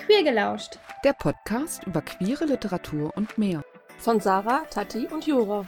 Queergelauscht. Der Podcast über queere Literatur und mehr. Von Sarah, Tati und Jura.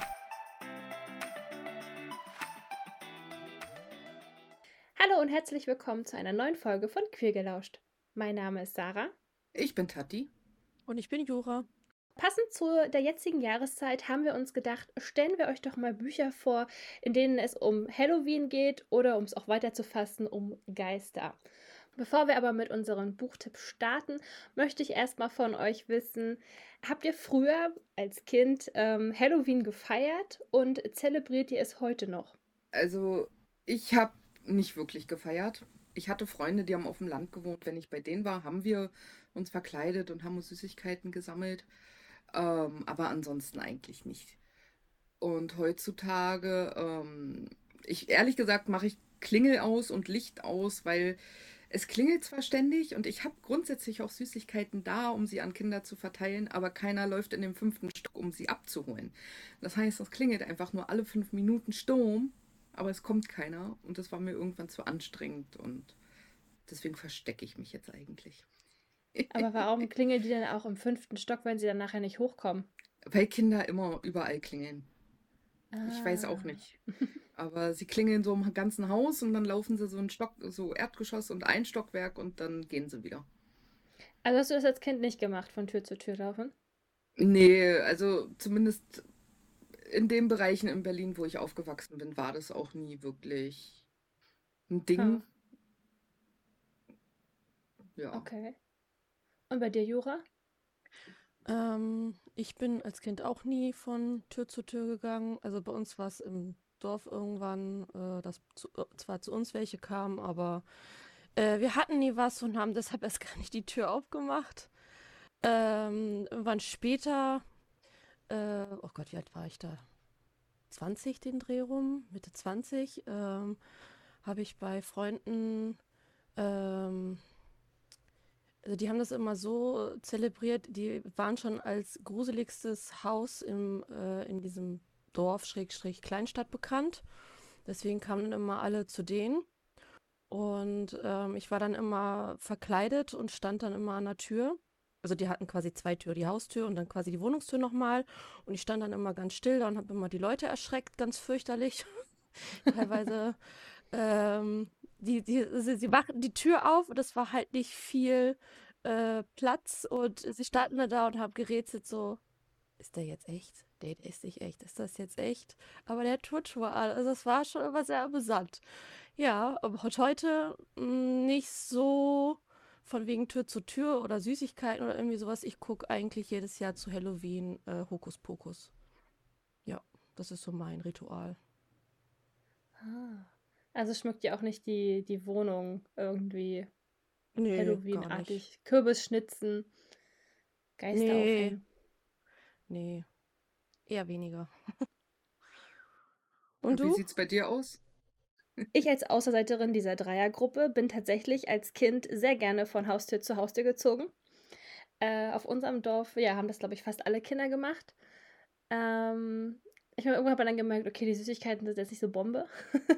Hallo und herzlich willkommen zu einer neuen Folge von Queergelauscht. Mein Name ist Sarah. Ich bin Tati. Und ich bin Jura. Passend zu der jetzigen Jahreszeit haben wir uns gedacht, stellen wir euch doch mal Bücher vor, in denen es um Halloween geht oder, um es auch weiterzufassen, um Geister. Bevor wir aber mit unseren Buchtipps starten, möchte ich erstmal von euch wissen, habt ihr früher als Kind Halloween gefeiert und zelebriert ihr es heute noch? Also, ich habe nicht wirklich gefeiert. Ich hatte Freunde, die haben auf dem Land gewohnt. Wenn ich bei denen war, haben wir uns verkleidet und haben uns Süßigkeiten gesammelt. Aber ansonsten eigentlich nicht. Und heutzutage, ehrlich gesagt, mache ich Klingel aus und Licht aus, weil es klingelt zwar ständig und ich habe grundsätzlich auch Süßigkeiten da, um sie an Kinder zu verteilen, aber keiner läuft in den 5. Stock, um sie abzuholen. Das heißt, es klingelt einfach nur alle 5 Minuten Sturm, aber es kommt keiner und das war mir irgendwann zu anstrengend und deswegen verstecke ich mich jetzt eigentlich. Aber warum klingeln die denn auch im 5. Stock, wenn sie dann nachher nicht hochkommen? Weil Kinder immer überall klingeln. Ich weiß auch Ah. nicht. Aber sie klingeln so im ganzen Haus und dann laufen sie so einen Stock, so Erdgeschoss und ein Stockwerk und dann gehen sie wieder. Also hast du das als Kind nicht gemacht, von Tür zu Tür laufen? Nee, also zumindest in den Bereichen in Berlin, wo ich aufgewachsen bin, war das auch nie wirklich ein Ha, Ding. Ja. okay. Und bei dir, Jura? Ich bin als Kind auch nie von Tür zu Tür gegangen. Also bei uns war es im Dorf irgendwann, dass zwar zu uns welche kamen, aber wir hatten nie was und haben deshalb erst gar nicht die Tür aufgemacht. Irgendwann später, oh Gott, wie alt war ich da? 20 den Dreh rum, Mitte 20, habe ich bei Freunden, ähm, also die haben das immer so zelebriert, die waren schon als gruseligstes Haus in diesem Dorf, Schrägstrich Kleinstadt bekannt. Deswegen kamen dann immer alle zu denen. Und ich war dann immer verkleidet und stand dann immer an der Tür. Also die hatten quasi 2 Türen, die Haustür und dann quasi die Wohnungstür nochmal. Und ich stand dann immer ganz still da und habe immer die Leute erschreckt, ganz fürchterlich. Teilweise, sie machten die Tür auf und es war halt nicht viel Platz und sie standen da und haben gerätselt so, ist der jetzt echt? Der ist nicht echt. Ist das jetzt echt? Aber der tut schon mal. Also es war schon immer sehr amüsant. Ja, aber heute nicht so von wegen Tür zu Tür oder Süßigkeiten oder irgendwie sowas. Ich gucke eigentlich jedes Jahr zu Halloween Hokus Pokus. Ja, das ist so mein Ritual. Ah. Also schmückt ihr auch nicht die Wohnung irgendwie Nee, gar nicht. Halloween-artig? Kürbisschnitzen, Geister Nee, aufhängen. nee, eher weniger. Und Und wie du? sieht's bei dir aus? Ich als Außenseiterin dieser Dreiergruppe bin tatsächlich als Kind sehr gerne von Haustür zu Haustür gezogen. Auf unserem Dorf, ja, haben das, glaube ich, fast alle Kinder gemacht. Ich meine, irgendwann hat man dann gemerkt, okay, die Süßigkeiten sind jetzt nicht so Bombe.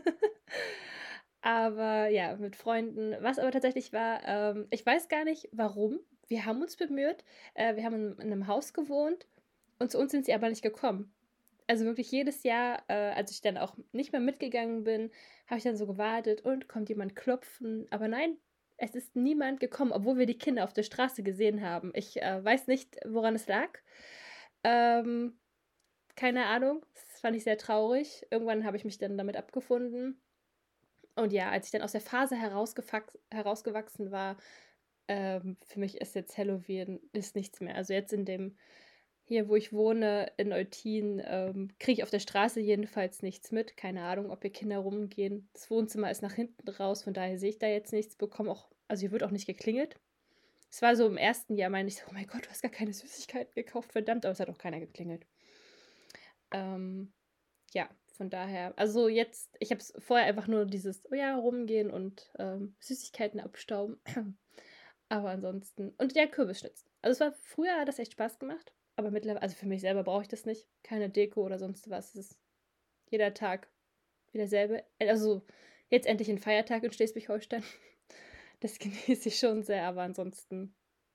Aber ja, mit Freunden. Was aber tatsächlich war, ich weiß gar nicht warum. Wir haben uns bemüht. Wir haben in einem Haus gewohnt und zu uns sind sie aber nicht gekommen. Also wirklich jedes Jahr, als ich dann auch nicht mehr mitgegangen bin, habe ich dann so gewartet und kommt jemand klopfen. Aber nein, es ist niemand gekommen, obwohl wir die Kinder auf der Straße gesehen haben. Ich weiß nicht, woran es lag. Ähm, Keine Ahnung. Das fand ich sehr traurig. Irgendwann habe ich mich dann damit abgefunden. Und ja, als ich dann aus der Phase herausgewachsen war, für mich ist jetzt Halloween ist nichts mehr. Also jetzt in dem, hier wo ich wohne, in Eutin, kriege ich auf der Straße jedenfalls nichts mit. Keine Ahnung, ob hier Kinder rumgehen. Das Wohnzimmer ist nach hinten raus, von daher sehe ich da jetzt nichts. Bekomme auch, also hier wird auch nicht geklingelt. Es war so im ersten Jahr, meine ich so, oh mein Gott, du hast gar keine Süßigkeiten gekauft, verdammt, aber es hat auch keiner geklingelt. Ähm, ja, von daher, also jetzt, ich habe es vorher einfach nur dieses, oh ja, rumgehen und Süßigkeiten abstauben. Aber ansonsten, und ja, Kürbisschnitzen. Also es war früher, hat das echt Spaß gemacht, aber mittlerweile, also für mich selber brauche ich das nicht. Keine Deko oder sonst was. Es ist jeder Tag wie derselbe. Also jetzt endlich ein Feiertag in Schleswig-Holstein. Das genieße ich schon sehr, aber ansonsten,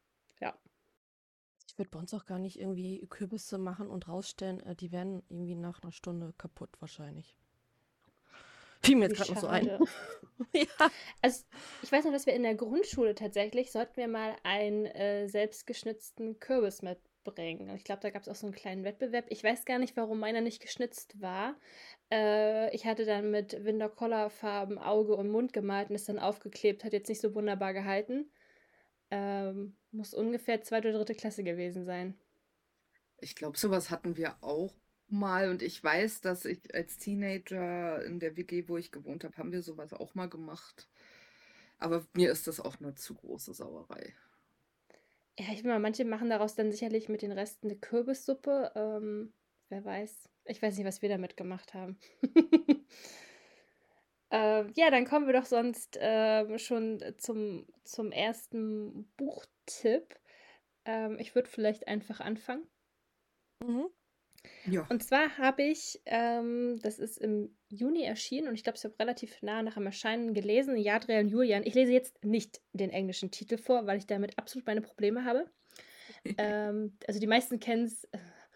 ja. Ich würde bei uns auch gar nicht irgendwie Kürbisse machen und rausstellen. Die werden irgendwie nach einer Stunde kaputt wahrscheinlich. Fiel mir Wie jetzt gerade noch so ein. schade. Ja. Also, ich weiß noch, dass wir in der Grundschule tatsächlich, sollten wir mal einen selbstgeschnitzten Kürbis mitbringen. Und ich glaube, da gab es auch so einen kleinen Wettbewerb. Ich weiß gar nicht, warum meiner nicht geschnitzt war. Ich hatte dann mit Wundercolor-Farben Auge und Mund gemalt und es dann aufgeklebt. Hat jetzt nicht so wunderbar gehalten. Muss ungefähr 2. oder 3. Klasse gewesen sein. Ich glaube, sowas hatten wir auch mal und ich weiß, dass ich als Teenager in der WG, wo ich gewohnt habe, haben wir sowas auch mal gemacht. Aber mir ist das auch eine zu große Sauerei. Ja, ich meine, manche machen daraus dann sicherlich mit den Resten eine Kürbissuppe. Wer weiß. Ich weiß nicht, was wir damit gemacht haben. Ja, dann kommen wir doch sonst schon zum ersten Buchtipp. Ich würde vielleicht einfach anfangen. Mhm. Ja, Und zwar habe ich, das ist im Juni erschienen und ich glaube, ich habe relativ nah nach dem Erscheinen gelesen, Jadriel und Julian. Ich lese jetzt nicht den englischen Titel vor, weil ich damit absolut meine Probleme habe. Also die meisten kennen es,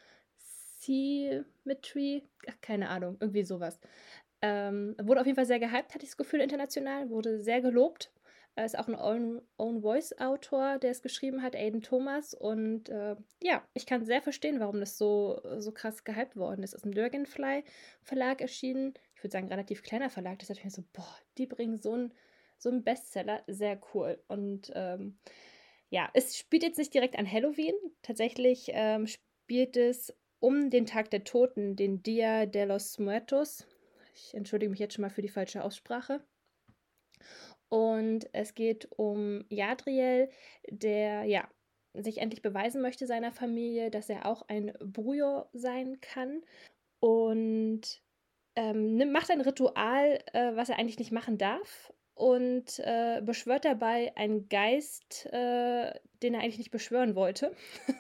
Symmetry, ach, keine Ahnung, irgendwie sowas. Wurde auf jeden Fall sehr gehypt, hatte ich das Gefühl, international, wurde sehr gelobt. Ist auch ein Own-Voice-Autor, der es geschrieben hat, Aiden Thomas. Und ja, ich kann sehr verstehen, warum das so krass gehypt worden ist. Ist im Dragonfly-Verlag erschienen. Ich würde sagen, relativ kleiner Verlag. Das dachte ich mir so, boah, die bringen so einen Bestseller. Sehr cool. Und ja, es spielt jetzt nicht direkt an Halloween. Tatsächlich spielt es um den Tag der Toten, den Dia de los Muertos. Ich entschuldige mich jetzt schon mal für die falsche Aussprache. Und es geht um Jadriel, der ja sich endlich beweisen möchte seiner Familie, dass er auch ein Brujo sein kann. Und macht ein Ritual, was er eigentlich nicht machen darf. Und beschwört dabei einen Geist, den er eigentlich nicht beschwören wollte.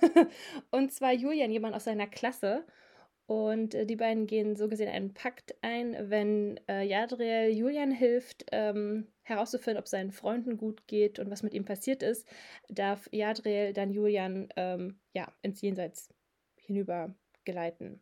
Und zwar Julian, jemand aus seiner Klasse. Und die beiden gehen so gesehen einen Pakt ein, wenn Jadriel Julian hilft, herauszufinden, ob seinen Freunden gut geht und was mit ihm passiert ist, darf Jadriel dann Julian ja, ins Jenseits hinüber geleiten.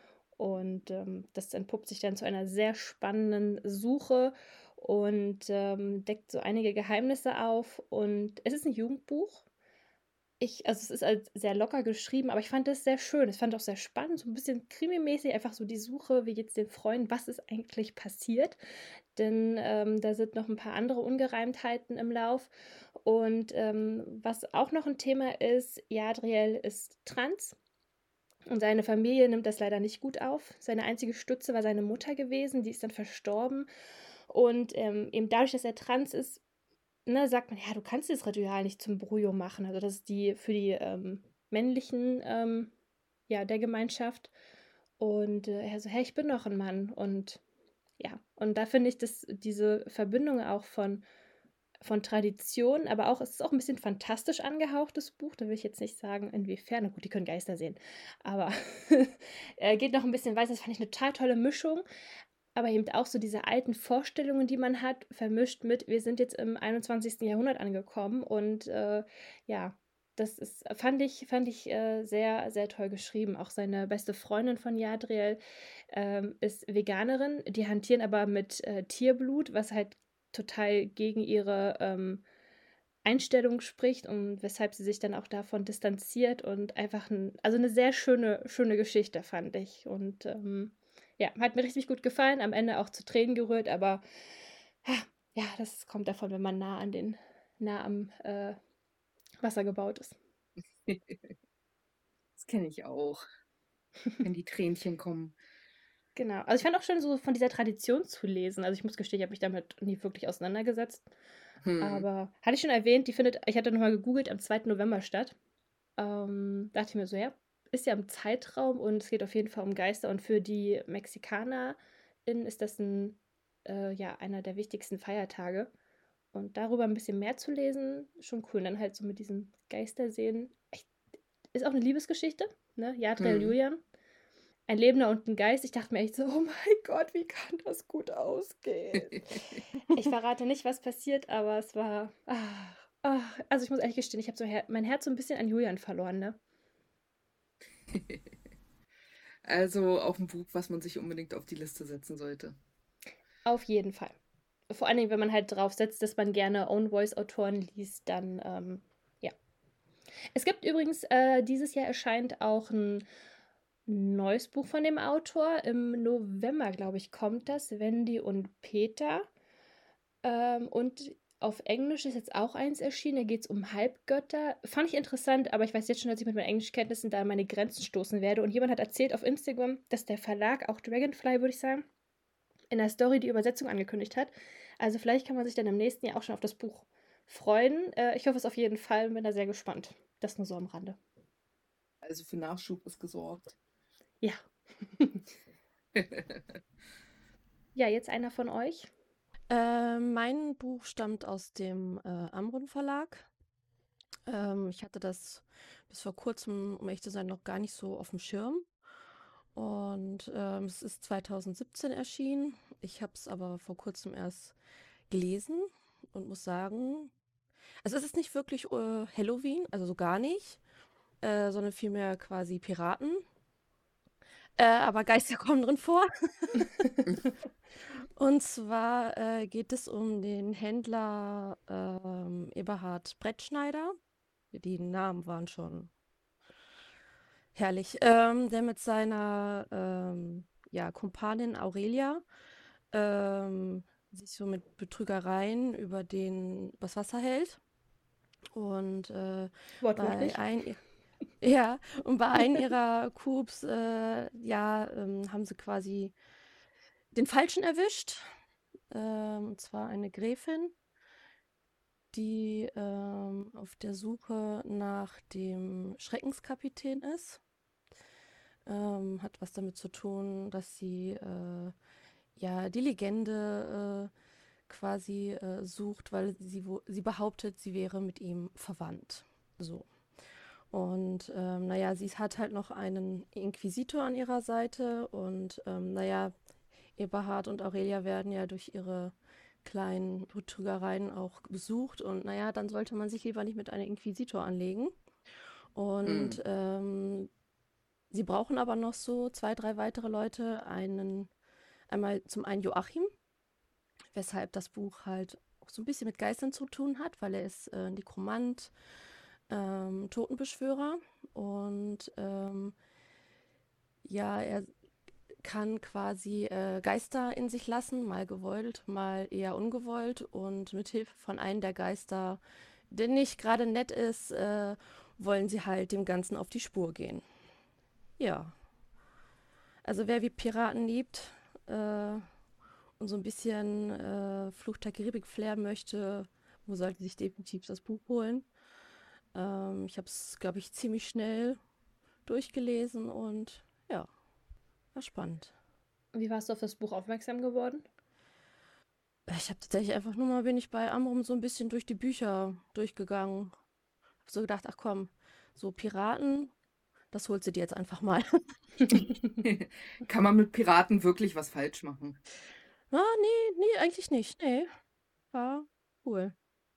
Und das entpuppt sich dann zu einer sehr spannenden Suche und deckt so einige Geheimnisse auf. Und es ist ein Jugendbuch. Also es ist halt sehr locker geschrieben, aber ich fand es sehr schön. Ich fand auch sehr spannend, so ein bisschen krimimäßig, einfach so die Suche, wie geht's den Freunden, was ist eigentlich passiert? Denn da sind noch ein paar andere Ungereimtheiten im Lauf. Und was auch noch ein Thema ist, Jadriel ist trans. Und seine Familie nimmt das leider nicht gut auf. Seine einzige Stütze war seine Mutter gewesen, die ist dann verstorben. Und eben dadurch, dass er trans ist, ne, sagt man, ja, du kannst das Ritual nicht zum Brujo machen. Also das ist für die männlichen ja, der Gemeinschaft. Und er so, hey, ich bin doch ein Mann. Und ja, und da finde ich, dass diese Verbindung auch von Tradition, aber auch, es ist auch ein bisschen fantastisch angehauchtes Buch. Da will ich jetzt nicht sagen, inwiefern. Na gut, die können Geister sehen. Aber geht noch ein bisschen weiter. Das fand ich eine total tolle Mischung. Aber eben auch so diese alten Vorstellungen, die man hat, vermischt mit, wir sind jetzt im 21. Jahrhundert angekommen. Und ja, fand ich sehr, sehr toll geschrieben. Auch seine beste Freundin von Jadriel ist Veganerin. Die hantieren aber mit Tierblut, was halt total gegen ihre Einstellung spricht und weshalb sie sich dann auch davon distanziert und einfach also eine sehr schöne Geschichte, fand ich. Und ja, hat mir richtig gut gefallen, am Ende auch zu Tränen gerührt, aber ja, das kommt davon, wenn man nah am Wasser gebaut ist. das kenne ich auch, wenn die Tränchen kommen. Genau. Also ich fand auch schön, so von dieser Tradition zu lesen. Also ich muss gestehen, ich habe mich damit nie wirklich auseinandergesetzt. Hm. Aber hatte ich schon erwähnt, ich hatte nochmal gegoogelt, am 2. November statt. Dachte ich mir so, ja, ist ja im Zeitraum und es geht auf jeden Fall um Geister. Und für die MexikanerInnen ist das ja, einer der wichtigsten Feiertage. Und darüber ein bisschen mehr zu lesen, schon cool. Und dann halt so mit diesem Geistersehen. Ist auch eine Liebesgeschichte, ne? Jadriel Hm. Julian. Ein Lebender und ein Geist. Ich dachte mir echt so, oh mein Gott, wie kann das gut ausgehen? Ich verrate nicht, was passiert, aber es war Oh, also ich muss ehrlich gestehen, ich habe so mein Herz so ein bisschen an Julian verloren, ne? Also auch ein Buch, was man sich unbedingt auf die Liste setzen sollte. Auf jeden Fall. Vor allen Dingen, wenn man halt drauf setzt, dass man gerne Own-Voice-Autoren liest, dann, ja. Es gibt übrigens, dieses Jahr erscheint auch ein neues Buch von dem Autor. Im November, glaube ich, kommt das. Wendy und Peter. Und auf Englisch ist jetzt auch eins erschienen. Da geht es um Halbgötter. Fand ich interessant, aber ich weiß jetzt schon, dass ich mit meinen Englischkenntnissen da an meine Grenzen stoßen werde. Und jemand hat erzählt auf Instagram, dass der Verlag, auch Dragonfly, würde ich sagen, in der Story die Übersetzung angekündigt hat. Also vielleicht kann man sich dann im nächsten Jahr auch schon auf das Buch freuen. Ich hoffe es auf jeden Fall und bin da sehr gespannt. Das nur so am Rande. Also für Nachschub ist gesorgt. Ja. Ja, jetzt einer von euch. Mein Buch stammt aus dem Amrun Verlag. Ich hatte das bis vor kurzem, um ehrlich zu sein, noch gar nicht so auf dem Schirm. Und es ist 2017 erschienen. Ich habe es aber vor kurzem erst gelesen und muss sagen, also es ist nicht wirklich Halloween, also so gar nicht, sondern vielmehr quasi Piraten. Aber Geister kommen drin vor. Und zwar geht es um den Händler Eberhard Brettschneider. Die Namen waren schon herrlich. Der mit seiner ja, Kumpanin Aurelia sich so mit Betrügereien übers Wasser hält. Und Wortwörtlich. bei einem ihrer Coups ja, haben sie quasi den Falschen erwischt. Und zwar eine Gräfin, die auf der Suche nach dem Schreckenskapitän ist. Hat was damit zu tun, dass sie ja die Legende quasi sucht, weil sie behauptet, sie wäre mit ihm verwandt. So. Und naja, sie hat halt noch einen Inquisitor an ihrer Seite und naja, Eberhard und Aurelia werden ja durch ihre kleinen Betrügereien auch besucht und naja, dann sollte man sich lieber nicht mit einem Inquisitor anlegen. Und sie brauchen aber noch so 2, 3 weitere Leute, einmal zum einen Joachim, weshalb das Buch halt auch so ein bisschen mit Geistern zu tun hat, weil er ist Nekromant, Totenbeschwörer und ja, er kann quasi Geister in sich lassen, mal gewollt, mal eher ungewollt und mit Hilfe von einem der Geister, der nicht gerade nett ist, wollen sie halt dem Ganzen auf die Spur gehen. Ja, also wer wie Piraten liebt und so ein bisschen Fluch der Karibik-Flair möchte, wo sollte sich definitiv das Buch holen. Ich habe es, glaube ich, ziemlich schnell durchgelesen und ja, war spannend. Wie warst du auf das Buch aufmerksam geworden? Ich habe tatsächlich einfach nur mal, bin ich bei Amrum so ein bisschen durch die Bücher durchgegangen. Hab so gedacht, ach komm, so Piraten, das holst du dir jetzt einfach mal. Kann man mit Piraten wirklich was falsch machen? Ah, nee, eigentlich nicht. Nee, war cool.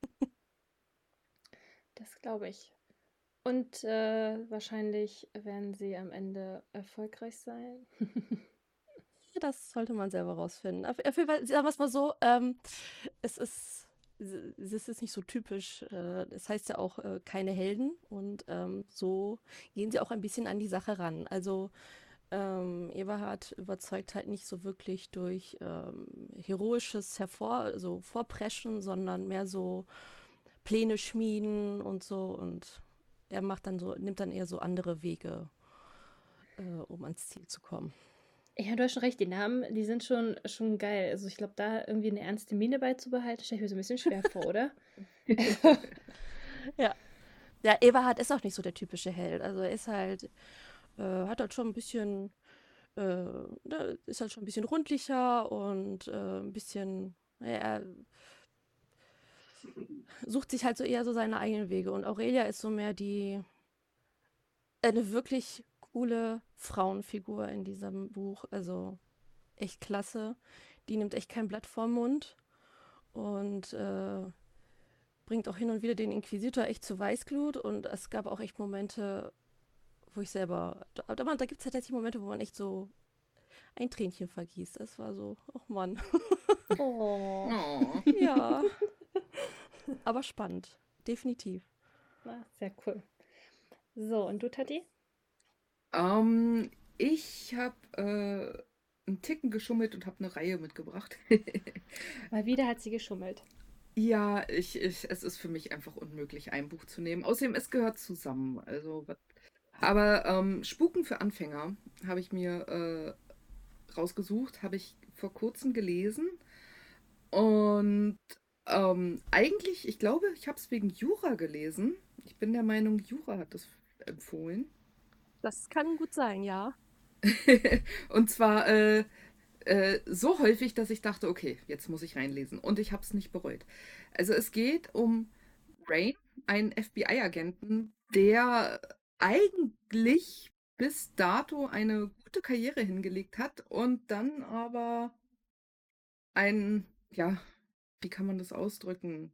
Das glaube ich. Und wahrscheinlich werden sie am Ende erfolgreich sein. Das sollte man selber rausfinden. Auf jeden Fall, sagen wir es mal so, es ist, es ist nicht so typisch. Es heißt ja auch keine Helden und so gehen sie auch ein bisschen an die Sache ran. Also Eberhard überzeugt halt nicht so wirklich durch heroisches also Vorpreschen, sondern mehr so Pläne schmieden und so und er nimmt dann eher so andere Wege, um ans Ziel zu kommen. Ja, du hast schon recht, die Namen, die sind schon geil. Also ich glaube, da irgendwie eine ernste Miene beizubehalten, stelle ich mir so ein bisschen schwer vor, oder? Ja. Ja, Eberhard ist auch nicht so der typische Held. Also er ist halt, hat halt schon ein bisschen, ist halt schon ein bisschen rundlicher und ein bisschen, naja, er sucht sich halt so eher so seine eigenen Wege. Und Aurelia ist so mehr eine wirklich coole Frauenfigur in diesem Buch. Also echt klasse. Die nimmt echt kein Blatt vorm Mund. Und bringt auch hin und wieder den Inquisitor echt zu Weißglut und es gab auch echt Momente, wo ich selber, da gibt es tatsächlich Momente, wo man echt so ein Tränchen vergießt. Das war so, oh Mann. Oh. Oh. Ja, aber spannend. Definitiv. Na, sehr cool. So, und du, Tati? Ich habe einen Ticken geschummelt und habe eine Reihe mitgebracht. Mal wieder hat sie geschummelt. Ja, es ist für mich einfach unmöglich, ein Buch zu nehmen. Außerdem, es gehört zusammen. Aber Spuken für Anfänger habe ich mir rausgesucht, habe ich vor kurzem gelesen. Und eigentlich, ich glaube, ich habe es wegen Jura gelesen. Ich bin der Meinung, Jura hat es empfohlen. Das kann gut sein, ja. Und zwar so häufig, dass ich dachte, okay, jetzt muss ich reinlesen. Und ich habe es nicht bereut. Also es geht um Rain, einen FBI-Agenten, der eigentlich bis dato eine gute Karriere hingelegt hat und dann aber ja, wie kann man das ausdrücken?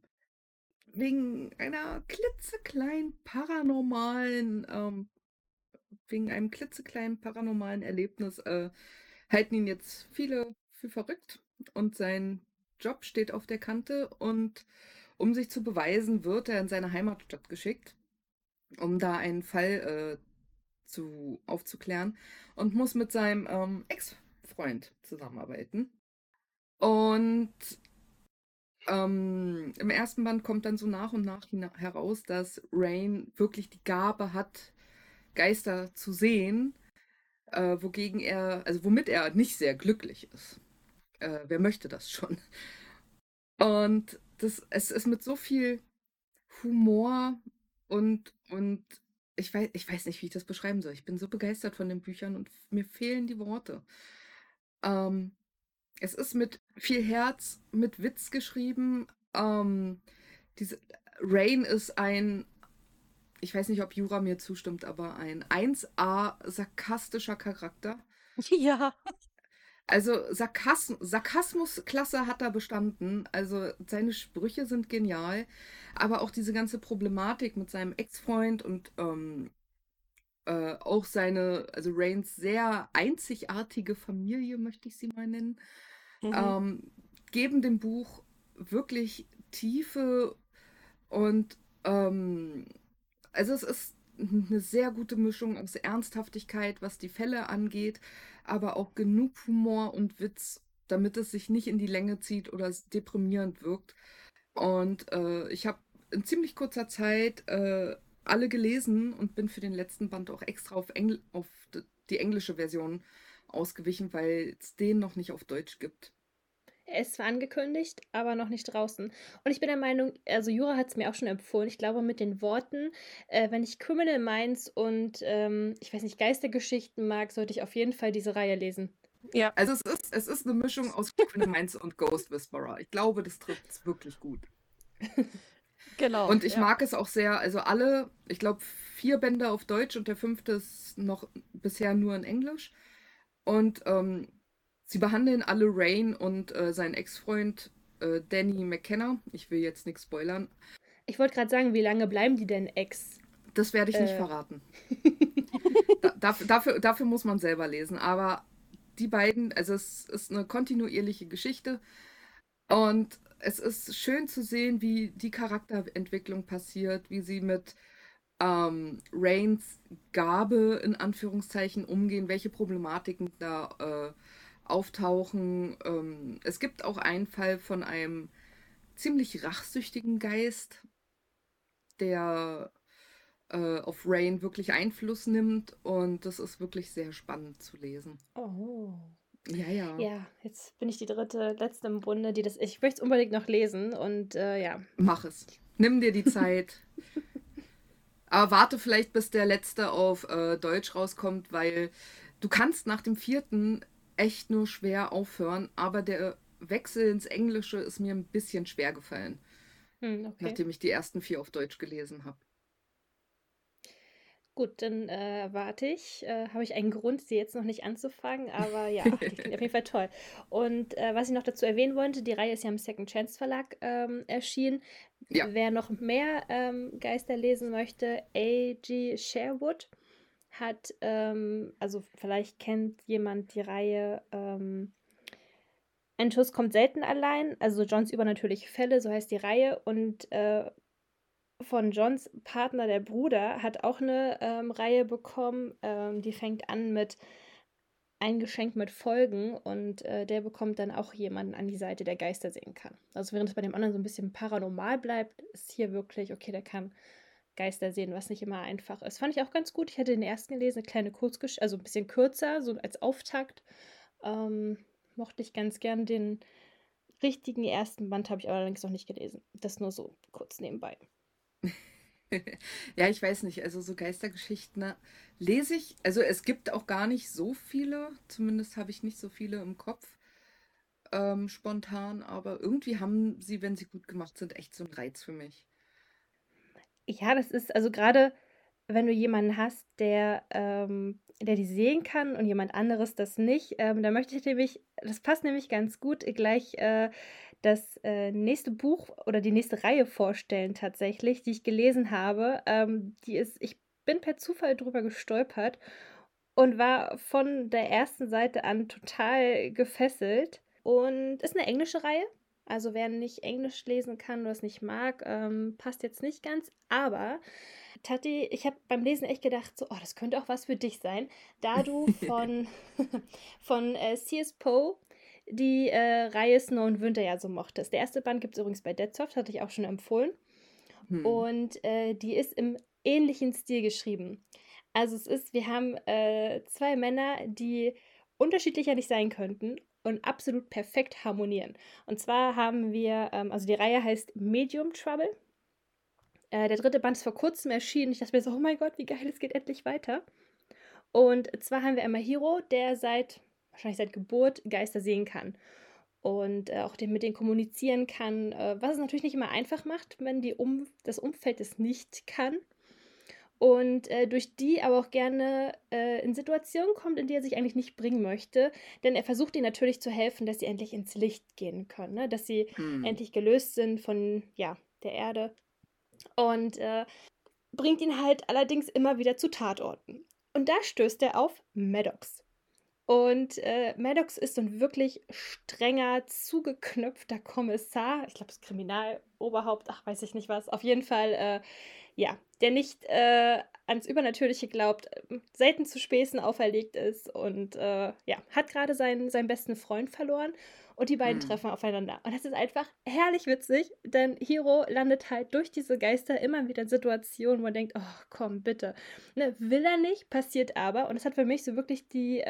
Wegen einem klitzekleinen paranormalen Erlebnis halten ihn jetzt viele für verrückt und sein Job steht auf der Kante und um sich zu beweisen, wird er in seine Heimatstadt geschickt, um da einen Fall aufzuklären und muss mit seinem Ex-Freund zusammenarbeiten. Und im ersten Band kommt dann so nach und nach heraus, dass Rain wirklich die Gabe hat, Geister zu sehen, womit er nicht sehr glücklich ist. Wer möchte das schon? Und es ist mit so viel Humor und ich weiß nicht, wie ich das beschreiben soll. Ich bin so begeistert von den Büchern und mir fehlen die Worte. Ähm, Es ist mit viel Herz, mit Witz geschrieben. Diese Rain ist ich weiß nicht, ob Jura mir zustimmt, aber ein 1A sarkastischer Charakter. Ja. Also Sarkasmusklasse hat er bestanden. Also seine Sprüche sind genial, aber auch diese ganze Problematik mit seinem Ex-Freund und auch also Rains sehr einzigartige Familie, möchte ich sie mal nennen, Mhm. geben dem Buch wirklich Tiefe und also es ist eine sehr gute Mischung aus Ernsthaftigkeit, was die Fälle angeht, aber auch genug Humor und Witz, damit es sich nicht in die Länge zieht oder es deprimierend wirkt. Und ich habe in ziemlich kurzer Zeit alle gelesen und bin für den letzten Band auch extra auf die englische Version ausgewichen, weil es den noch nicht auf Deutsch gibt. Er ist zwar angekündigt, aber noch nicht draußen. Und ich bin der Meinung, also Jura hat es mir auch schon empfohlen. Ich glaube, mit den Worten, wenn ich Criminal Minds und ich weiß nicht, Geistergeschichten mag, sollte ich auf jeden Fall diese Reihe lesen. Ja, Also es ist eine Mischung aus Criminal Minds und Ghost Whisperer. Ich glaube, das trifft es wirklich gut. genau. Und ich Ja. mag es auch sehr, also ich glaube, 4 Bände auf Deutsch und der 5. ist noch bisher nur in Englisch. Und sie behandeln alle Rain und seinen Ex-Freund Danny McKenna. Ich will jetzt nichts spoilern. Ich wollte gerade sagen, wie lange bleiben die denn Ex? Das werde ich nicht verraten. Dafür muss man selber lesen. Aber die beiden, also es ist eine kontinuierliche Geschichte. Und es ist schön zu sehen, wie die Charakterentwicklung passiert, wie sie mit Rains Gabe in Anführungszeichen umgehen, welche Problematiken da auftauchen. Es gibt auch einen Fall von einem ziemlich rachsüchtigen Geist, der auf Rain wirklich Einfluss nimmt und das ist wirklich sehr spannend zu lesen. Oh. Ja, ja. Ja, jetzt bin ich die letzte im Bunde, die das. Ich möchte es unbedingt noch lesen und ja. Mach es. Nimm dir die Zeit. Aber warte vielleicht, bis der letzte auf Deutsch rauskommt, weil du kannst nach dem 4. echt nur schwer aufhören, aber der Wechsel ins Englische ist mir ein bisschen schwer gefallen, Okay. nachdem ich die ersten 4 auf Deutsch gelesen habe. Gut, dann warte ich. Habe ich einen Grund, sie jetzt noch nicht anzufangen, aber ja, die klingt auf jeden Fall toll. Und was ich noch dazu erwähnen wollte, die Reihe ist ja im Second Chance Verlag erschienen. Ja. Wer noch mehr Geister lesen möchte, A.G. Sherwood hat, also vielleicht kennt jemand die Reihe Ein Schuss kommt selten allein, also Johns übernatürliche Fälle, so heißt die Reihe. Und von Johns Partner, der Bruder, hat auch eine Reihe bekommen, die fängt an mit Ein Geschenk mit Folgen und der bekommt dann auch jemanden an die Seite, der Geister sehen kann. Also während es bei dem anderen so ein bisschen paranormal bleibt, ist hier wirklich, okay, der kann Geister sehen, was nicht immer einfach ist. Fand ich auch ganz gut. Ich hatte den ersten gelesen, eine kleine Kurzgeschichte, also ein bisschen kürzer, so als Auftakt. Ähm, Mochte ich ganz gern. Den richtigen ersten Band habe ich allerdings noch nicht gelesen. Das nur so kurz nebenbei. Ja, ich weiß nicht, also so Geistergeschichten lese ich, also es gibt auch gar nicht so viele, zumindest habe ich nicht so viele im Kopf, spontan, aber irgendwie haben sie, wenn sie gut gemacht sind, echt so einen Reiz für mich. Ja, das ist also gerade, wenn du jemanden hast, der die sehen kann und jemand anderes das nicht, da möchte ich nämlich das passt nämlich ganz gut, gleich, das, nächste Buch oder die nächste Reihe vorstellen tatsächlich, die ich gelesen habe. Ich bin per Zufall drüber gestolpert und war von der ersten Seite an total gefesselt und ist eine englische Reihe. Also, wer nicht Englisch lesen kann oder es nicht mag, passt jetzt nicht ganz. Aber Tati, ich habe beim Lesen echt gedacht, so, oh, das könnte auch was für dich sein, da du von, von C.S. Poe die Reihe Snow und Winter ja so mochtest. Der erste Band gibt es übrigens bei Deadsoft, hatte ich auch schon empfohlen. Hm. Und die ist im ähnlichen Stil geschrieben. Also wir haben zwei Männer, die unterschiedlicher nicht sein könnten und absolut perfekt harmonieren. Und zwar haben wir, also die Reihe heißt Medium Trouble. Der dritte Band ist vor kurzem erschienen. Ich dachte mir so, oh mein Gott, wie geil, es geht endlich weiter. Und zwar haben wir einmal Hiro, der wahrscheinlich seit Geburt Geister sehen kann. Und auch mit denen kommunizieren kann, was es natürlich nicht immer einfach macht, wenn das Umfeld es nicht kann. Und durch die aber auch gerne in Situationen kommt, in die er sich eigentlich nicht bringen möchte. Denn er versucht ihnen natürlich zu helfen, dass sie endlich ins Licht gehen können, ne? Dass sie Hm. endlich gelöst sind von ja, der Erde. Und bringt ihn halt allerdings immer wieder zu Tatorten. Und da stößt er auf Maddox. Und Maddox ist so ein wirklich strenger, zugeknöpfter Kommissar. Ich glaube, das Kriminaloberhaupt, ach, weiß ich nicht was. Auf jeden Fall, ja, der nicht ans Übernatürliche glaubt, selten zu Späßen auferlegt ist und ja, hat gerade seinen besten Freund verloren und die beiden Hm. treffen aufeinander. Und das ist einfach herrlich witzig, denn Hiro landet halt durch diese Geister immer wieder in Situationen, wo er denkt, oh komm, bitte. Ne, will er nicht, passiert aber. Und es hat für mich so wirklich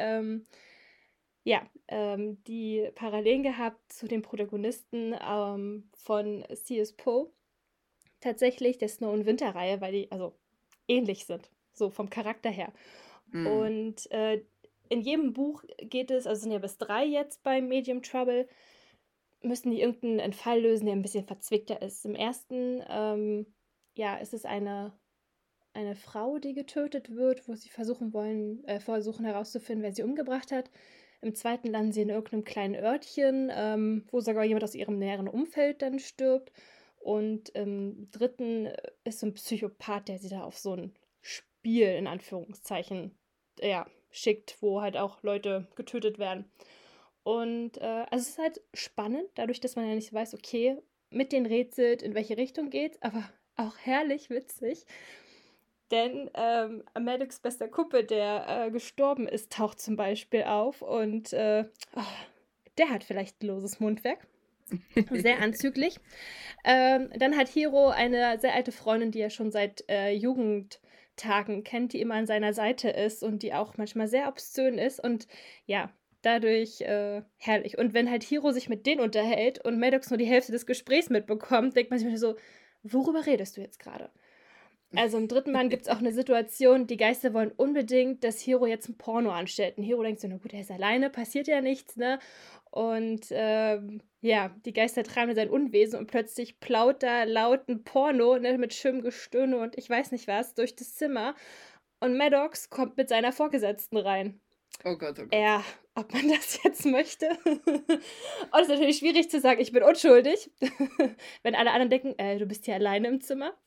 die Parallelen gehabt zu den Protagonisten von C.S. Poe. Tatsächlich der Snow- und Winter-Reihe, weil die also ähnlich sind, so vom Charakter her. Hm. Und in jedem Buch geht es, also es sind ja bis 3 jetzt bei Medium Trouble, müssen die irgendeinen Fall lösen, der ein bisschen verzwickter ist. Im ersten, ja, ist es eine Frau, die getötet wird, wo sie versuchen herauszufinden, wer sie umgebracht hat. Im zweiten landen sie in irgendeinem kleinen Örtchen, wo sogar jemand aus ihrem näheren Umfeld dann stirbt. Und im dritten ist so ein Psychopath, der sie da auf so ein Spiel, in Anführungszeichen, ja, schickt, wo halt auch Leute getötet werden. Und also es ist halt spannend, dadurch, dass man ja nicht weiß, okay, mit den rätselt, in welche Richtung geht's, aber auch herrlich witzig. Denn Maddox bester Kumpel, der gestorben ist, taucht zum Beispiel auf und oh, der hat vielleicht ein loses Mundwerk. Sehr anzüglich. Dann hat Hiro eine sehr alte Freundin, die er schon seit Jugendtagen kennt, die immer an seiner Seite ist und die auch manchmal sehr obszön ist und ja, dadurch herrlich. Und wenn halt Hiro sich mit denen unterhält und Maddox nur die Hälfte des Gesprächs mitbekommt, denkt man sich so, worüber redest du jetzt gerade? Also im dritten Band gibt es auch eine Situation, die Geister wollen unbedingt, dass Hiro jetzt ein Porno anstellt. Und Hiro denkt so, na gut, er ist alleine, passiert ja nichts, ne? Und ja, die Geister treiben sein Unwesen und plötzlich plaut da laut ein Porno, ne, mit schönem Gestöhne und ich weiß nicht was, durch das Zimmer. Und Maddox kommt mit seiner Vorgesetzten rein. Oh Gott, oh Gott. Ja, ob man das jetzt möchte. Und es ist natürlich schwierig zu sagen, ich bin unschuldig, wenn alle anderen denken, du bist hier alleine im Zimmer.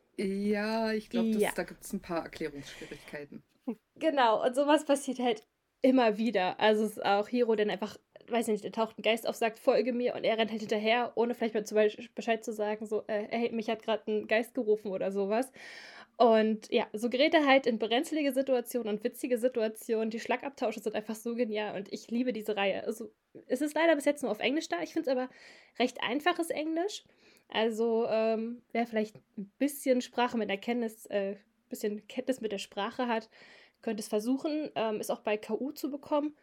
Ja, ich glaube, Ja, da gibt es ein paar Erklärungsschwierigkeiten. genau. Und sowas passiert halt immer wieder. Also es ist auch Hiro, der einfach, weiß ich nicht, da taucht ein Geist auf, sagt, folge mir und er rennt halt hinterher, ohne vielleicht mal zum Beispiel Bescheid zu sagen, so, hey, mich hat gerade ein Geist gerufen oder sowas. Und ja, so gerät er halt in brenzlige Situationen und witzige Situationen. Die Schlagabtausche sind einfach so genial und ich liebe diese Reihe. Also, es ist leider bis jetzt nur auf Englisch da. Ich finde es aber recht einfaches Englisch. Also, wer vielleicht ein bisschen Sprache mit Erkenntnis, bisschen Kenntnis mit der Sprache hat, könnte es versuchen. Ist auch bei KU zu bekommen.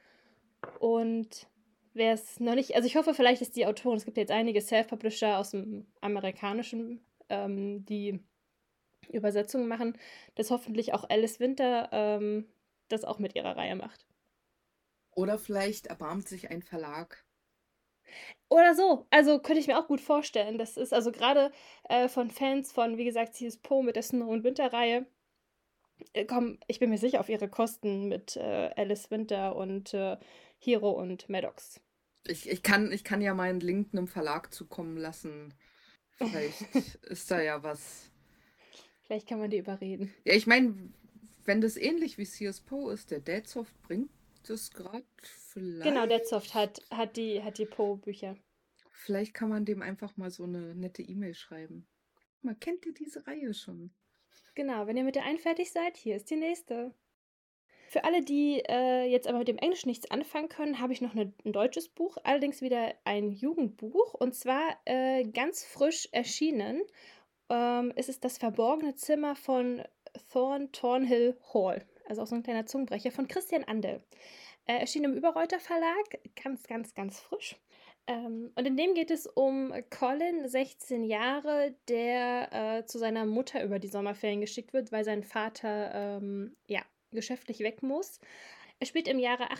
Und wer es noch nicht, also ich hoffe, vielleicht ist die Autorin, es gibt jetzt einige Self-Publisher aus dem Amerikanischen, die Übersetzungen machen, dass hoffentlich auch Alice Winter das auch mit ihrer Reihe macht. Oder vielleicht erbarmt sich ein Verlag. Oder so. Also könnte ich mir auch gut vorstellen. Das ist also gerade von Fans von, wie gesagt, C.S. Poe mit der Snow- und Winter-Reihe. Komm, ich bin mir sicher auf ihre Kosten mit Alice Winter und Hero und Maddox. Ich kann ja meinen Link einem Verlag zukommen lassen. Vielleicht ist da ja was. Vielleicht kann man die überreden. Ja, ich meine, wenn das ähnlich wie C.S. Poe ist, der Deadsoft bringt das gerade Genau, vielleicht. Deadsoft hat die Poe-Bücher. Vielleicht kann man dem einfach mal so eine nette E-Mail schreiben. Man kennt ihr diese Reihe schon. Genau, wenn ihr mit der einen fertig seid, hier ist die nächste. Für alle, die jetzt aber mit dem Englisch nichts anfangen können, habe ich noch ein deutsches Buch, allerdings wieder ein Jugendbuch und zwar ganz frisch erschienen. Es ist Das verborgene Zimmer von Thornhill Hall, also auch so ein kleiner Zungenbrecher von Christian Andel. Erschien im Überreuter Verlag, ganz, ganz, ganz frisch. Und in dem geht es um Colin, 16 Jahre, der zu seiner Mutter über die Sommerferien geschickt wird, weil sein Vater ja, geschäftlich weg muss. Er spielt im Jahre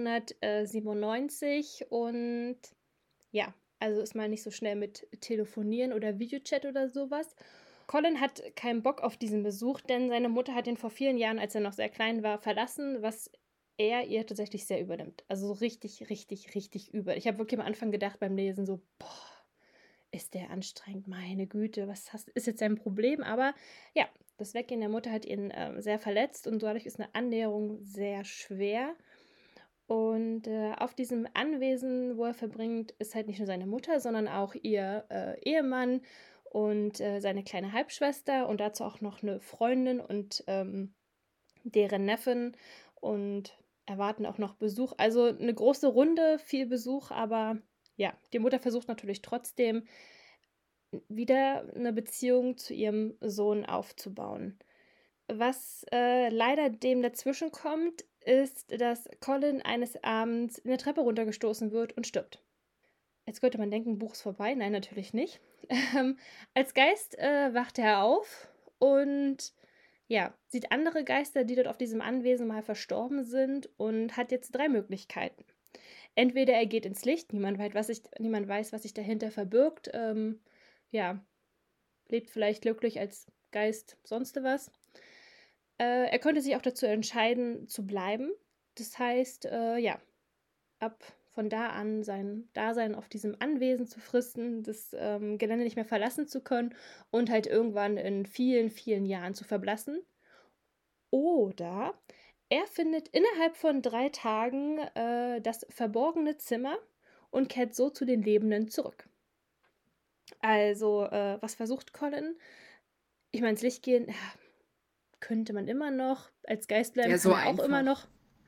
1897 und ja, also ist mal nicht so schnell mit Telefonieren oder Videochat oder sowas. Colin hat keinen Bock auf diesen Besuch, denn seine Mutter hat ihn vor vielen Jahren, als er noch sehr klein war, verlassen, was er ihr tatsächlich sehr übernimmt. Also so richtig, richtig, richtig übel. Ich habe wirklich am Anfang gedacht beim Lesen so, boah, ist der anstrengend, meine Güte, ist jetzt sein Problem? Aber ja, das Weggehen der Mutter hat ihn sehr verletzt und dadurch ist eine Annäherung sehr schwer. Und auf diesem Anwesen, wo er verbringt, ist halt nicht nur seine Mutter, sondern auch ihr Ehemann und seine kleine Halbschwester und dazu auch noch eine Freundin und deren Neffen und erwarten auch noch Besuch. Also eine große Runde, viel Besuch, aber ja, die Mutter versucht natürlich trotzdem wieder eine Beziehung zu ihrem Sohn aufzubauen. Was leider dem dazwischen kommt, ist, dass Colin eines Abends in der Treppe runtergestoßen wird und stirbt. Jetzt könnte man denken, Buch ist vorbei. Nein, natürlich nicht. Als Geist wacht er auf und ja, sieht andere Geister, die dort auf diesem Anwesen mal verstorben sind und hat jetzt drei Möglichkeiten. Entweder er geht ins Licht, niemand weiß, was sich dahinter verbirgt. Ja, lebt vielleicht glücklich als Geist, sonst was. Er könnte sich auch dazu entscheiden, zu bleiben. Das heißt, ja, ab von da an sein Dasein auf diesem Anwesen zu fristen, das Gelände nicht mehr verlassen zu können und halt irgendwann in vielen, vielen Jahren zu verblassen. Oder er findet innerhalb von 3 Tagen das verborgene Zimmer und kehrt so zu den Lebenden zurück. Also, was versucht Colin? Ich meine, ins Licht gehen, ja, könnte man immer noch. Als Geist bleiben Ja, kann so er auch immer einfach. noch.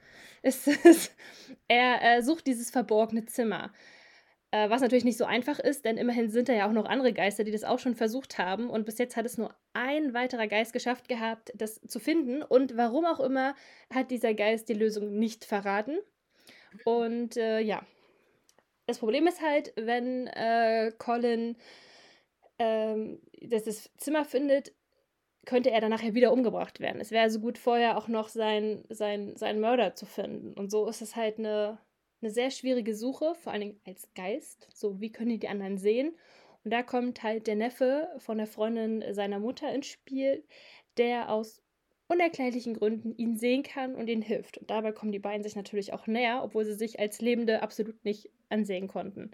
Er sucht dieses verborgene Zimmer. Was natürlich nicht so einfach ist, denn immerhin sind da ja auch noch andere Geister, die das auch schon versucht haben. Und bis jetzt hat es nur ein weiterer Geist geschafft gehabt, das zu finden. Und warum auch immer hat dieser Geist die Lösung nicht verraten. Und ja, das Problem ist halt, wenn Colin das Zimmer findet, könnte er dann nachher wieder umgebracht werden. Es wäre also gut, vorher auch noch seinen Mörder zu finden. Und so ist es halt eine sehr schwierige Suche, vor allen Dingen als Geist. So, wie können die anderen sehen? Und da kommt halt der Neffe von der Freundin seiner Mutter ins Spiel, der aus unerklärlichen Gründen ihn sehen kann und ihnen hilft. Und dabei kommen die beiden sich natürlich auch näher, obwohl sie sich als Lebende absolut nicht ansehen konnten.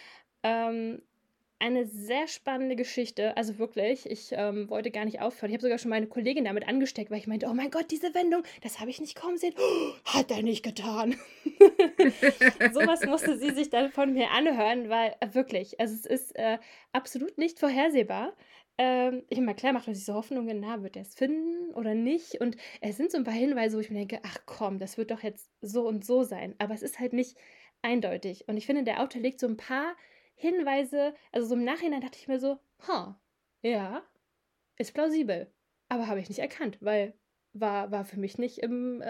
Eine sehr spannende Geschichte, also wirklich, ich wollte gar nicht aufhören. Ich habe sogar schon meine Kollegin damit angesteckt, weil ich meinte, oh mein Gott, diese Wendung, das habe ich nicht kommen sehen. Oh, hat er nicht getan. Sowas musste sie sich dann von mir anhören, weil wirklich, also es ist absolut nicht vorhersehbar. Ich meine, klar macht man sich so Hoffnungen, na, wird er es finden oder nicht? Und es sind so ein paar Hinweise, wo ich mir denke, ach komm, das wird doch jetzt so und so sein. Aber es ist halt nicht eindeutig. Und ich finde, der Autor legt so ein paar Hinweise, also so im Nachhinein dachte ich mir so, ja, ist plausibel. Aber habe ich nicht erkannt, weil war für mich nicht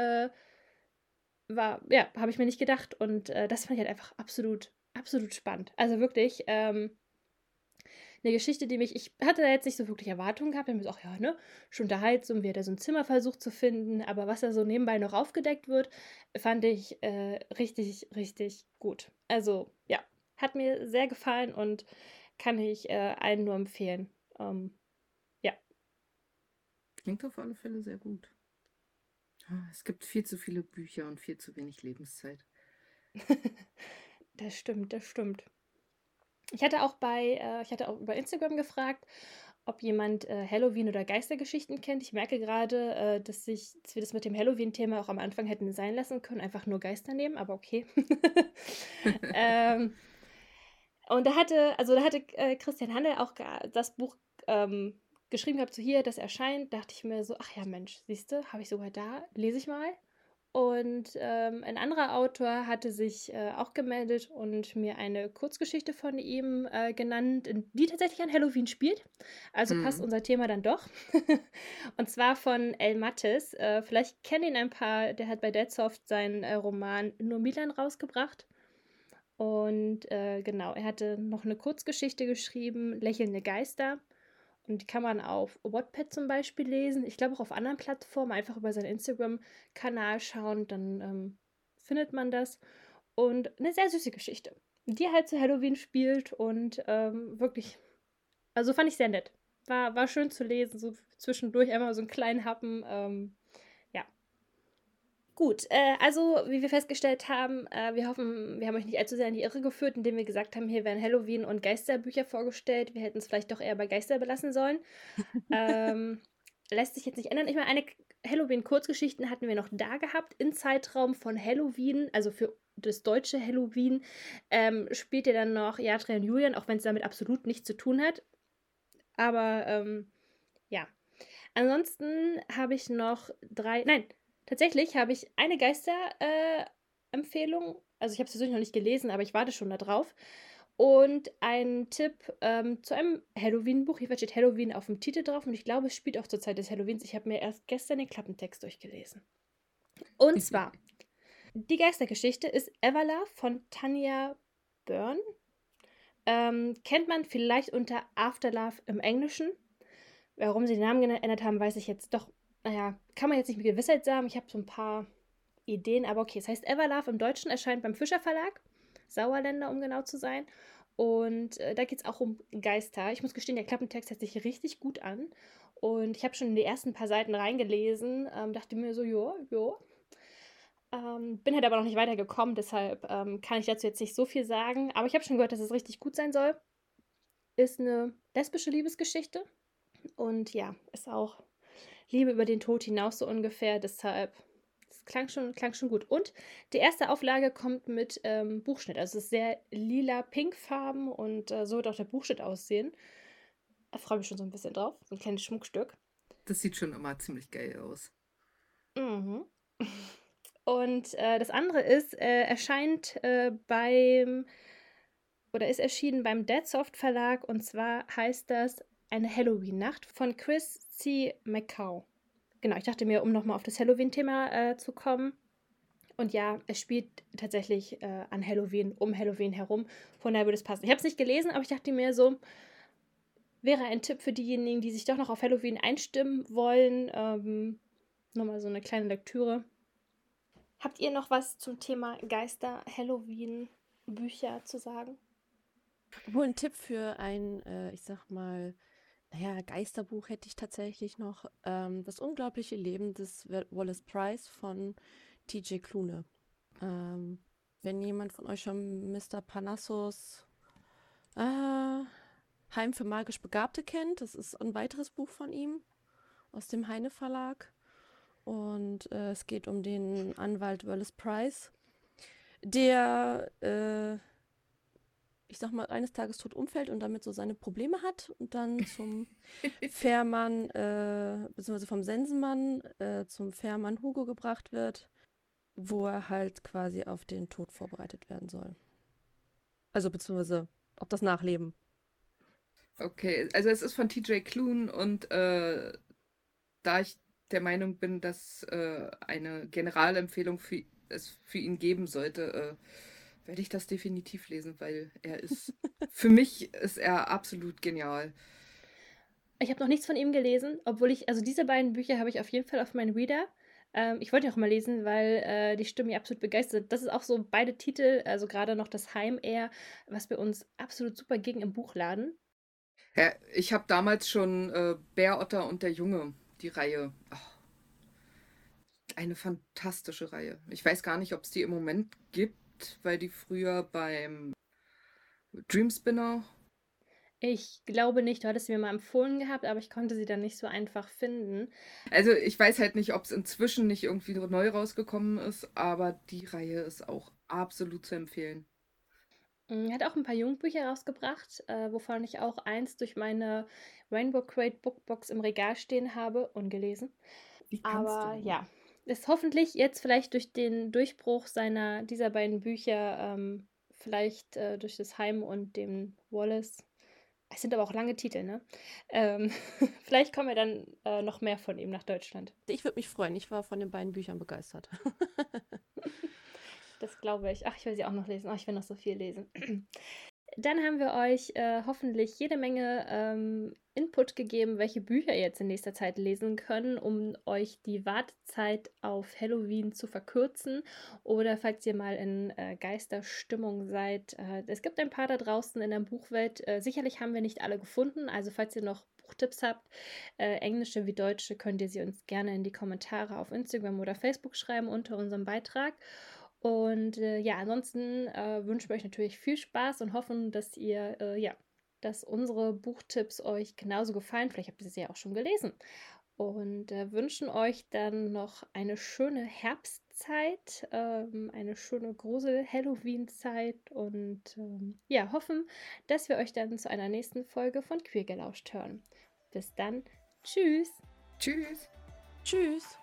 ja, habe ich mir nicht gedacht. Und das fand ich halt einfach absolut, absolut spannend. Also wirklich, eine Geschichte, ich hatte da jetzt nicht so wirklich Erwartungen gehabt. Ich habe mir so, ach ja, ne, schon Unterhaltsam, wie er da so ein Zimmer versucht zu finden. Aber was da so nebenbei noch aufgedeckt wird, fand ich richtig, richtig gut. Also, ja, hat mir sehr gefallen und kann ich allen nur empfehlen. Ja. Klingt auf alle Fälle sehr gut. Es gibt viel zu viele Bücher und viel zu wenig Lebenszeit. Das stimmt, das stimmt. Ich hatte auch über Instagram gefragt, ob jemand Halloween oder Geistergeschichten kennt. Ich merke gerade, dass wir das mit dem Halloween-Thema auch am Anfang hätten sein lassen können, einfach nur Geister nehmen, aber okay. Und da hatte Christian Handel auch das Buch geschrieben gehabt, so hier, das erscheint, dachte ich mir so, ach ja, Mensch, siehst du, habe ich sogar da, lese ich mal. Und ein anderer Autor hatte sich auch gemeldet und mir eine Kurzgeschichte von ihm genannt, die tatsächlich an Halloween spielt. Also passt unser Thema dann doch. Und zwar von El Mattes. Vielleicht kennen ihn ein paar, der hat bei Deadsoft seinen Roman Nur Milan rausgebracht. Und genau, er hatte noch eine Kurzgeschichte geschrieben, Lächelnde Geister. Und die kann man auf Wattpad zum Beispiel lesen. Ich glaube auch auf anderen Plattformen. Einfach über seinen Instagram-Kanal schauen, dann findet man das. Und eine sehr süße Geschichte, die halt zu Halloween spielt und wirklich, also fand ich sehr nett. War schön zu lesen, so zwischendurch einmal so einen kleinen Happen. Ja. Gut, also wie wir festgestellt haben, wir hoffen, wir haben euch nicht allzu sehr in die Irre geführt, indem wir gesagt haben, hier werden Halloween- und Geisterbücher vorgestellt. Wir hätten es vielleicht doch eher bei Geister belassen sollen. Lässt sich jetzt nicht ändern. Ich meine, eine Halloween-Kurzgeschichten hatten wir noch da gehabt. Im Zeitraum von Halloween, also für das deutsche Halloween, spielt ihr dann noch Jadria und Julian, auch wenn es damit absolut nichts zu tun hat. Aber ja. Ansonsten habe ich noch tatsächlich habe ich eine Geister-Empfehlung. Also ich habe es persönlich noch nicht gelesen, aber ich warte schon da drauf. Und ein Tipp zu einem Halloween-Buch. Hier steht Halloween auf dem Titel drauf und ich glaube, es spielt auch zur Zeit des Halloweens. Ich habe mir erst gestern den Klappentext durchgelesen. Und zwar, die Geistergeschichte ist Everlove von Tanya Byrne. Kennt man vielleicht unter Afterlove im Englischen. Warum sie den Namen geändert haben, weiß ich jetzt doch. Naja, kann man jetzt nicht mit Gewissheit sagen. Ich habe so ein paar Ideen, aber okay. Es heißt Everlove im Deutschen, erscheint beim Fischer Verlag. Sauerländer, um genau zu sein. Und da geht es auch um Geister. Ich muss gestehen, der Klappentext hört sich richtig gut an. Und ich habe schon in die ersten paar Seiten reingelesen, dachte mir so, jo. Bin halt aber noch nicht weitergekommen, deshalb kann ich dazu jetzt nicht so viel sagen. Aber ich habe schon gehört, dass es richtig gut sein soll. Ist eine lesbische Liebesgeschichte. Und ja, ist auch Liebe über den Tod hinaus so ungefähr. Deshalb, das klang schon gut. Und die erste Auflage kommt mit Buchschnitt. Also es ist sehr lila-pink-farben und so wird auch der Buchschnitt aussehen. Da freue ich mich schon so ein bisschen drauf. So ein kleines Schmuckstück. Das sieht schon immer ziemlich geil aus. Mhm. Und das andere ist, ist erschienen beim Deadsoft Verlag und zwar heißt das Eine Halloween-Nacht von Chris C. McCow. Genau, ich dachte mir, um nochmal auf das Halloween-Thema zu kommen. Und ja, es spielt tatsächlich an Halloween, um Halloween herum. Von daher würde es passen. Ich habe es nicht gelesen, aber ich dachte mir so, wäre ein Tipp für diejenigen, die sich doch noch auf Halloween einstimmen wollen. Nochmal so eine kleine Lektüre. Habt ihr noch was zum Thema Geister, Halloween, Bücher zu sagen? Wohl ein Tipp für ein, ich sag mal, naja, Geisterbuch hätte ich tatsächlich noch. Das unglaubliche Leben des Wallace Price von T.J. Klune. Wenn jemand von euch schon Mr. Parnassus Heim für magisch Begabte kennt, das ist ein weiteres Buch von ihm aus dem Heine Verlag. Und es geht um den Anwalt Wallace Price, der, ich sag mal, eines Tages tot umfällt und damit so seine Probleme hat und dann zum Fährmann, beziehungsweise vom Sensenmann zum Fährmann Hugo gebracht wird, wo er halt quasi auf den Tod vorbereitet werden soll. Also beziehungsweise auf das Nachleben. Okay, also es ist von T.J. Klune und da ich der Meinung bin, dass eine Generalempfehlung es für ihn geben sollte, werde ich das definitiv lesen, weil für mich ist er absolut genial. Ich habe noch nichts von ihm gelesen, obwohl also diese beiden Bücher habe ich auf jeden Fall auf meinen Reader. Ich wollte die auch mal lesen, weil die Stimmen mich absolut begeistert. Das ist auch so beide Titel, also gerade noch das Heim eher, was bei uns absolut super ging im Buchladen. Ja, ich habe damals schon Bär, Otter und der Junge, die Reihe. Ach, eine fantastische Reihe. Ich weiß gar nicht, ob es die im Moment gibt, weil die früher beim Dreamspinner. Ich glaube nicht, du hattest sie mir mal empfohlen gehabt, aber ich konnte sie dann nicht so einfach finden. Also ich weiß halt nicht, ob es inzwischen nicht irgendwie neu rausgekommen ist, aber die Reihe ist auch absolut zu empfehlen. Er hat auch ein paar Jugendbücher rausgebracht, wovon ich auch eins durch meine Rainbow Crate Bookbox im Regal stehen habe, ungelesen. Wie kannst Aber du nur? ja, ist hoffentlich jetzt vielleicht durch den Durchbruch dieser beiden Bücher, vielleicht durch das Heim und dem Wallace. Es sind aber auch lange Titel, ne? Vielleicht kommen ja dann noch mehr von ihm nach Deutschland. Ich würde mich freuen. Ich war von den beiden Büchern begeistert. Das glaube ich. Ach, ich will sie auch noch lesen. Ach, ich will noch so viel lesen. Dann haben wir euch hoffentlich jede Menge Input gegeben, welche Bücher ihr jetzt in nächster Zeit lesen könnt, um euch die Wartezeit auf Halloween zu verkürzen. Oder falls ihr mal in Geisterstimmung seid. Es gibt ein paar da draußen in der Buchwelt. Sicherlich haben wir nicht alle gefunden. Also falls ihr noch Buchtipps habt, englische wie deutsche, könnt ihr sie uns gerne in die Kommentare auf Instagram oder Facebook schreiben unter unserem Beitrag. Und ja, ansonsten wünschen wir euch natürlich viel Spaß und hoffen, dass dass unsere Buchtipps euch genauso gefallen. Vielleicht habt ihr sie ja auch schon gelesen. Und wünschen euch dann noch eine schöne Herbstzeit, eine schöne Grusel-Halloween-Zeit und ja, hoffen, dass wir euch dann zu einer nächsten Folge von Queer gelauscht hören. Bis dann. Tschüss. Tschüss. Tschüss.